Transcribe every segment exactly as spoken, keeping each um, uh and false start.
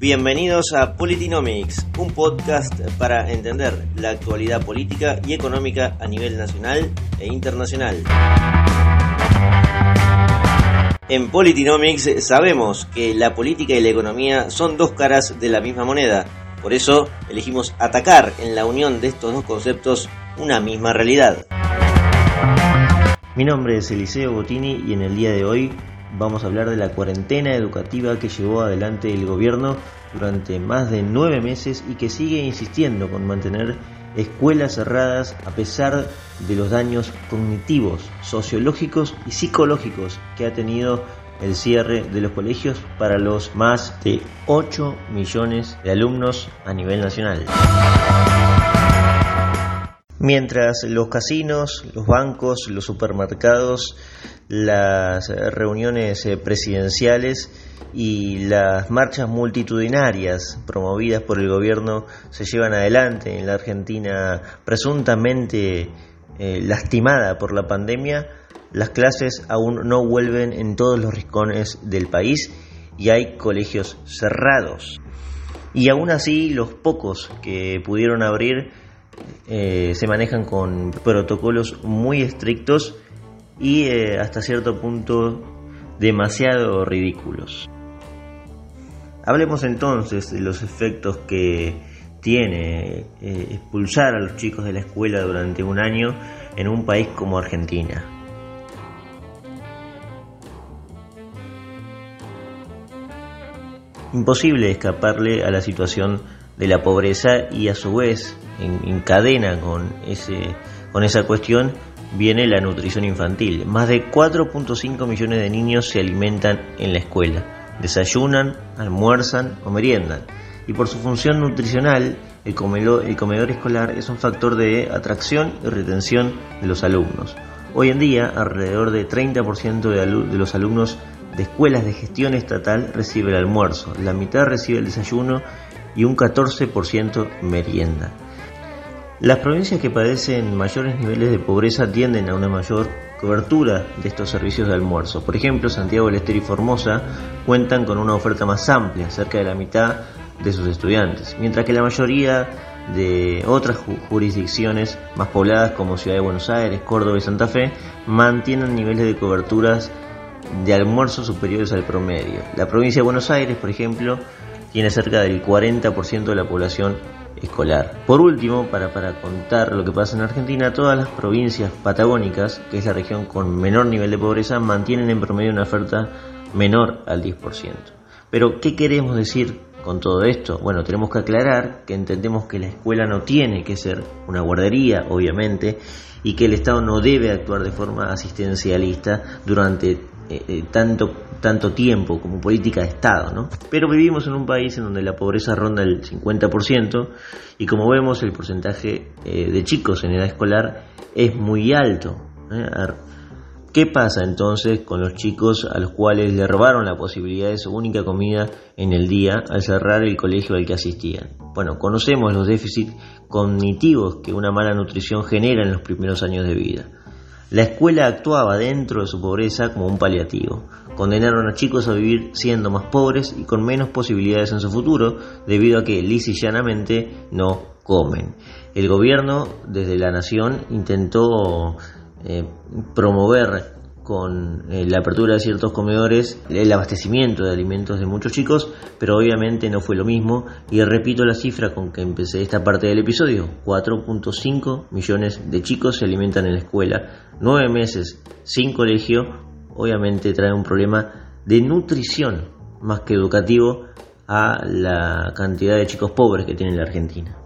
Bienvenidos a Politinomics, un podcast para entender la actualidad política y económica a nivel nacional e internacional. En Politinomics sabemos que la política y la economía son dos caras de la misma moneda, por eso elegimos atacar en la unión de estos dos conceptos una misma realidad. Mi nombre es Eliseo Bottini y en el día de hoy vamos a hablar de la cuarentena educativa que llevó adelante el gobierno durante más de nueve meses y que sigue insistiendo con mantener escuelas cerradas a pesar de los daños cognitivos, sociológicos y psicológicos que ha tenido el cierre de los colegios para los más de ocho millones de alumnos a nivel nacional. Mientras los casinos, los bancos, los supermercados, las reuniones presidenciales y las marchas multitudinarias promovidas por el gobierno se llevan adelante en la Argentina presuntamente eh, lastimada por la pandemia, las clases aún no vuelven en todos los rincones del país y hay colegios cerrados. Y aún así los pocos que pudieron abrir Eh, se manejan con protocolos muy estrictos y eh, hasta cierto punto demasiado ridículos. Hablemos entonces de los efectos que tiene eh, expulsar a los chicos de la escuela durante un año en un país como Argentina. Imposible escaparle a la situación de la pobreza y a su vez en, en cadena con, ese, con esa cuestión viene la nutrición infantil. Más de cuatro punto cinco millones de niños se alimentan en la escuela, desayunan, almuerzan o meriendan. Y por su función nutricional, el comedor, el comedor escolar es un factor de atracción y retención de los alumnos. Hoy en día, alrededor de treinta por ciento de, alu- de los alumnos de escuelas de gestión estatal recibe el almuerzo, la mitad recibe el desayuno y un catorce por ciento merienda. Las provincias que padecen mayores niveles de pobreza tienden a una mayor cobertura de estos servicios de almuerzo. Por ejemplo, Santiago del Estero y Formosa cuentan con una oferta más amplia, cerca de la mitad de sus estudiantes, mientras que la mayoría de otras ju- jurisdicciones más pobladas como Ciudad de Buenos Aires, Córdoba y Santa Fe mantienen niveles de coberturas de almuerzo superiores al promedio. La provincia de Buenos Aires, por ejemplo, tiene cerca del cuarenta por ciento de la población escolar. Por último, para, para contar lo que pasa en Argentina, todas las provincias patagónicas, que es la región con menor nivel de pobreza, mantienen en promedio una oferta menor al diez por ciento. Pero, ¿qué queremos decir con todo esto? Bueno, tenemos que aclarar que entendemos que la escuela no tiene que ser una guardería, obviamente, y que el Estado no debe actuar de forma asistencialista durante Eh, eh, tanto, tanto tiempo como política de Estado, ¿no? Pero vivimos en un país en donde la pobreza ronda el cincuenta por ciento y como vemos el porcentaje eh, de chicos en edad escolar es muy alto, ¿eh? ¿Qué pasa entonces con los chicos a los cuales le robaron la posibilidad de su única comida en el día al cerrar el colegio al que asistían? Bueno, conocemos los déficits cognitivos que una mala nutrición genera en los primeros años de vida. La escuela actuaba dentro de su pobreza como un paliativo. Condenaron a chicos a vivir siendo más pobres y con menos posibilidades en su futuro, debido a que lisa y llanamente no comen. El gobierno, desde la nación, intentó eh, promover con eh, la apertura de ciertos comedores el abastecimiento de alimentos de muchos chicos, pero obviamente no fue lo mismo, y repito la cifra con que empecé esta parte del episodio: cuatro punto cinco millones de chicos se alimentan en la escuela. Nueve meses sin colegio obviamente trae un problema de nutrición más que educativo a la cantidad de chicos pobres que tiene la Argentina.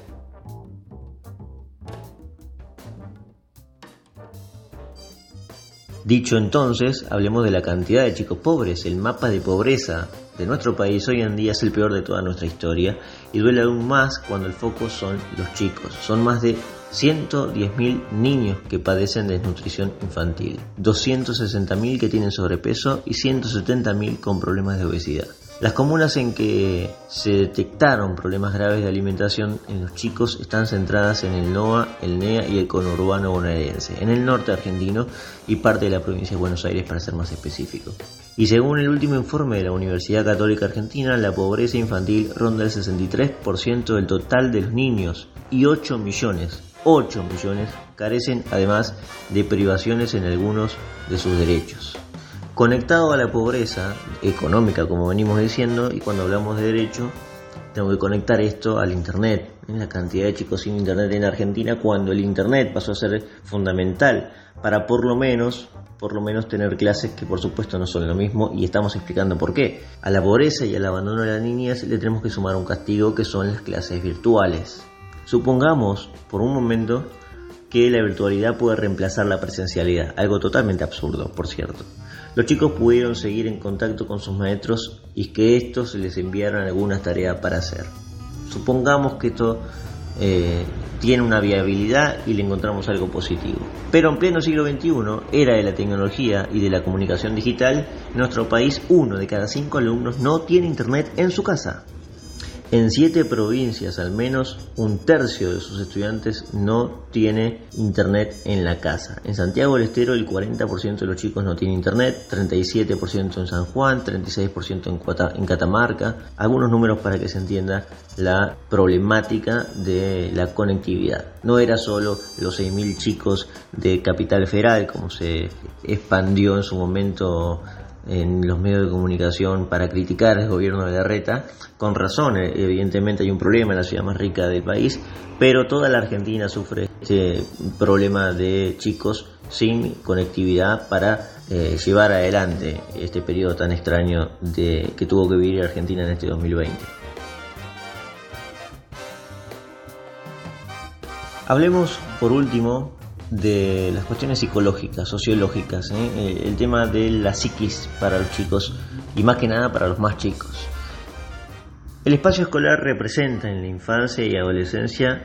Dicho entonces, hablemos de la cantidad de chicos pobres. El mapa de pobreza de nuestro país hoy en día es el peor de toda nuestra historia y duele aún más cuando el foco son los chicos. Son más de ciento diez mil niños que padecen desnutrición infantil, doscientos sesenta mil que tienen sobrepeso y ciento setenta mil con problemas de obesidad. Las comunas en que se detectaron problemas graves de alimentación en los chicos están centradas en el NOA, el NEA y el conurbano bonaerense, en el norte argentino y parte de la provincia de Buenos Aires, para ser más específico. Y según el último informe de la Universidad Católica Argentina, la pobreza infantil ronda el sesenta y tres por ciento del total de los niños y ocho millones, ocho millones carecen además de privaciones en algunos de sus derechos. Conectado a la pobreza económica, como venimos diciendo, y cuando hablamos de derecho, tengo que conectar esto al Internet. La cantidad de chicos sin Internet en Argentina, cuando el Internet pasó a ser fundamental para por lo menos, por lo menos tener clases que por supuesto no son lo mismo, y estamos explicando por qué. A la pobreza y al abandono de la niñez le tenemos que sumar un castigo que son las clases virtuales. Supongamos por un momento que la virtualidad puede reemplazar la presencialidad, algo totalmente absurdo, por cierto. Los chicos pudieron seguir en contacto con sus maestros y que estos les enviaran algunas tareas para hacer. Supongamos que esto eh, tiene una viabilidad y le encontramos algo positivo. Pero en pleno siglo veintiuno, era de la tecnología y de la comunicación digital, en nuestro país uno de cada cinco alumnos no tiene internet en su casa. En siete provincias, al menos un tercio de sus estudiantes no tiene internet en la casa. En Santiago del Estero el cuarenta por ciento de los chicos no tiene internet, treinta y siete por ciento en San Juan, treinta y seis por ciento en, Cuata, en Catamarca. Algunos números para que se entienda la problemática de la conectividad. No era solo los seis mil chicos de Capital Federal, como se expandió en su momento en los medios de comunicación para criticar el gobierno de Larreta. Con razón, evidentemente hay un problema en la ciudad más rica del país, pero toda la Argentina sufre este problema de chicos sin conectividad para eh, llevar adelante este periodo tan extraño de, que tuvo que vivir Argentina en este dos mil veinte. Hablemos por último de las cuestiones psicológicas, sociológicas, ¿eh? el tema de la psiquis para los chicos y más que nada para los más chicos. El espacio escolar representa en la infancia y adolescencia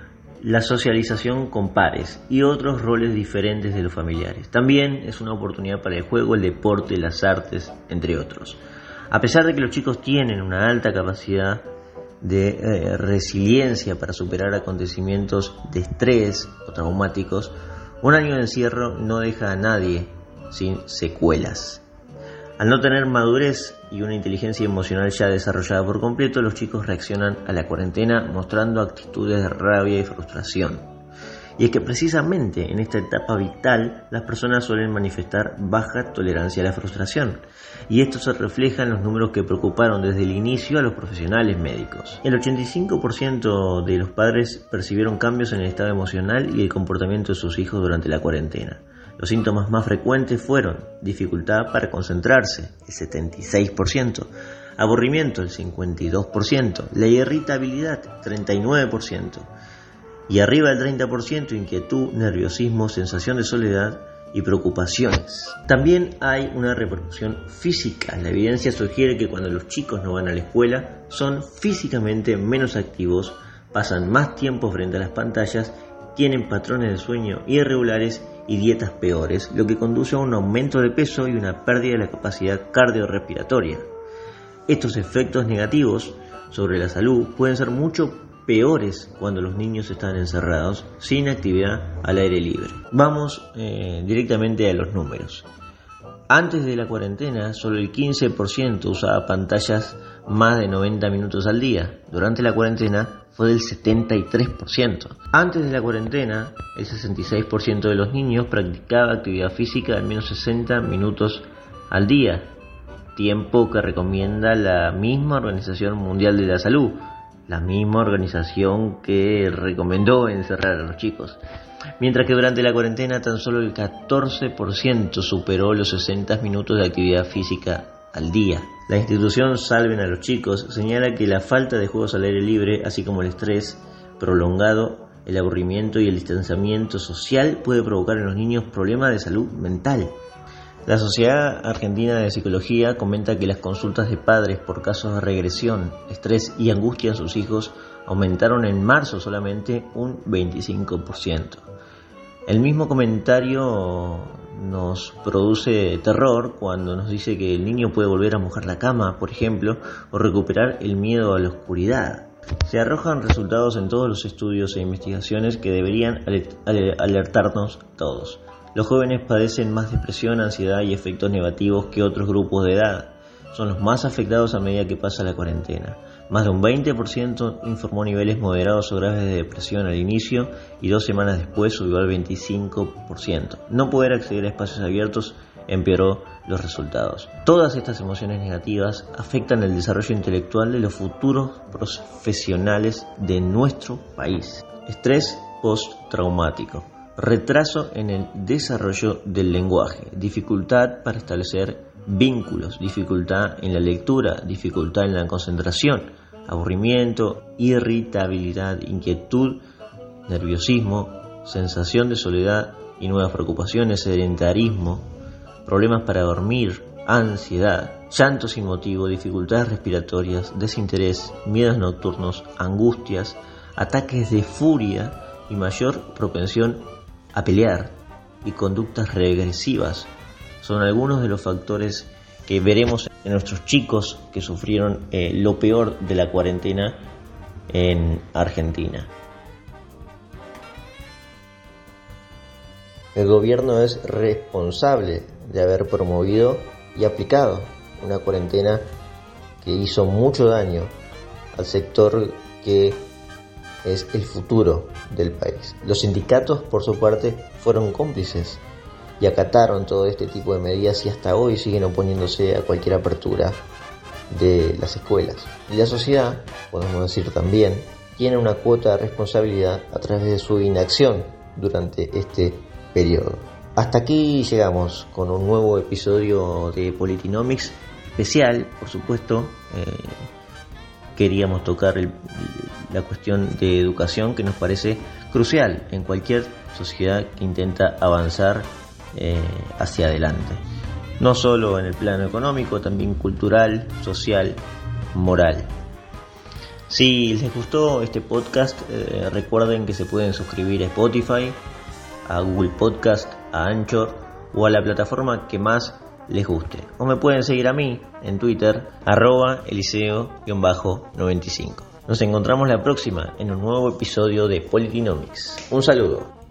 la socialización con pares y otros roles diferentes de los familiares. También es una oportunidad para el juego, el deporte, las artes, entre otros. A pesar de que los chicos tienen una alta capacidad de eh, resiliencia para superar acontecimientos de estrés o traumáticos, un año de encierro no deja a nadie sin secuelas. Al no tener madurez y una inteligencia emocional ya desarrollada por completo, los chicos reaccionan a la cuarentena mostrando actitudes de rabia y frustración. Y es que precisamente en esta etapa vital las personas suelen manifestar baja tolerancia a la frustración. Y esto se refleja en los números que preocuparon desde el inicio a los profesionales médicos. El ochenta y cinco por ciento de los padres percibieron cambios en el estado emocional y el comportamiento de sus hijos durante la cuarentena. Los síntomas más frecuentes fueron dificultad para concentrarse, el setenta y seis por ciento, aburrimiento, el cincuenta y dos por ciento, la irritabilidad, treinta y nueve por ciento, y arriba del treinta por ciento inquietud, nerviosismo, sensación de soledad y preocupaciones. También hay una repercusión física. La evidencia sugiere que cuando los chicos no van a la escuela son físicamente menos activos, pasan más tiempo frente a las pantallas, tienen patrones de sueño irregulares y dietas peores, lo que conduce a un aumento de peso y una pérdida de la capacidad cardiorrespiratoria. Estos efectos negativos sobre la salud pueden ser mucho peores cuando los niños están encerrados sin actividad al aire libre. Vamos eh, directamente a los números. Antes de la cuarentena, solo el quince por ciento usaba pantallas más de noventa minutos al día. Durante la cuarentena fue del setenta y tres por ciento. Antes de la cuarentena, el sesenta y seis por ciento de los niños practicaba actividad física de al menos sesenta minutos al día, tiempo que recomienda la misma Organización Mundial de la Salud, la misma organización que recomendó encerrar a los chicos. Mientras que durante la cuarentena tan solo el catorce por ciento superó los sesenta minutos de actividad física al día. La institución Salven a los Chicos señala que la falta de juegos al aire libre, así como el estrés prolongado, el aburrimiento y el distanciamiento social puede provocar en los niños problemas de salud mental. La Sociedad Argentina de Psicología comenta que las consultas de padres por casos de regresión, estrés y angustia en sus hijos aumentaron en marzo solamente un veinticinco por ciento. El mismo comentario nos produce terror cuando nos dice que el niño puede volver a mojar la cama, por ejemplo, o recuperar el miedo a la oscuridad. Se arrojan resultados en todos los estudios e investigaciones que deberían alertarnos todos. Los jóvenes padecen más depresión, ansiedad y efectos negativos que otros grupos de edad. Son los más afectados a medida que pasa la cuarentena. Más de un veinte por ciento informó niveles moderados o graves de depresión al inicio y dos semanas después subió al veinticinco por ciento. No poder acceder a espacios abiertos empeoró los resultados. Todas estas emociones negativas afectan el desarrollo intelectual de los futuros profesionales de nuestro país. Estrés postraumático, retraso en el desarrollo del lenguaje, dificultad para establecer vínculos, dificultad en la lectura, dificultad en la concentración, aburrimiento, irritabilidad, inquietud, nerviosismo, sensación de soledad y nuevas preocupaciones, sedentarismo, problemas para dormir, ansiedad, llanto sin motivo, dificultades respiratorias, desinterés, miedos nocturnos, angustias, ataques de furia y mayor propensión a pelear y conductas regresivas. Son algunos de los factores que veremos en nuestros chicos que sufrieron eh, lo peor de la cuarentena en Argentina. El gobierno es responsable de haber promovido y aplicado una cuarentena que hizo mucho daño al sector que es el futuro del país. Los sindicatos, por su parte, fueron cómplices y acataron todo este tipo de medidas y hasta hoy siguen oponiéndose a cualquier apertura de las escuelas. Y la sociedad, podemos decir también, tiene una cuota de responsabilidad a través de su inacción durante este periodo. Hasta aquí llegamos con un nuevo episodio de Politinomics especial, por supuesto. Eh, queríamos tocar el, la cuestión de educación que nos parece crucial en cualquier sociedad que intenta avanzar eh, hacia adelante. No solo en el plano económico, también cultural, social, moral. Si les gustó este podcast, eh, recuerden que se pueden suscribir a Spotify, a Google Podcast, a Anchor o a la plataforma que más les guste. O me pueden seguir a mí en Twitter, arroba eliseo noventa y cinco. Nos encontramos la próxima en un nuevo episodio de Politinomics. Un saludo.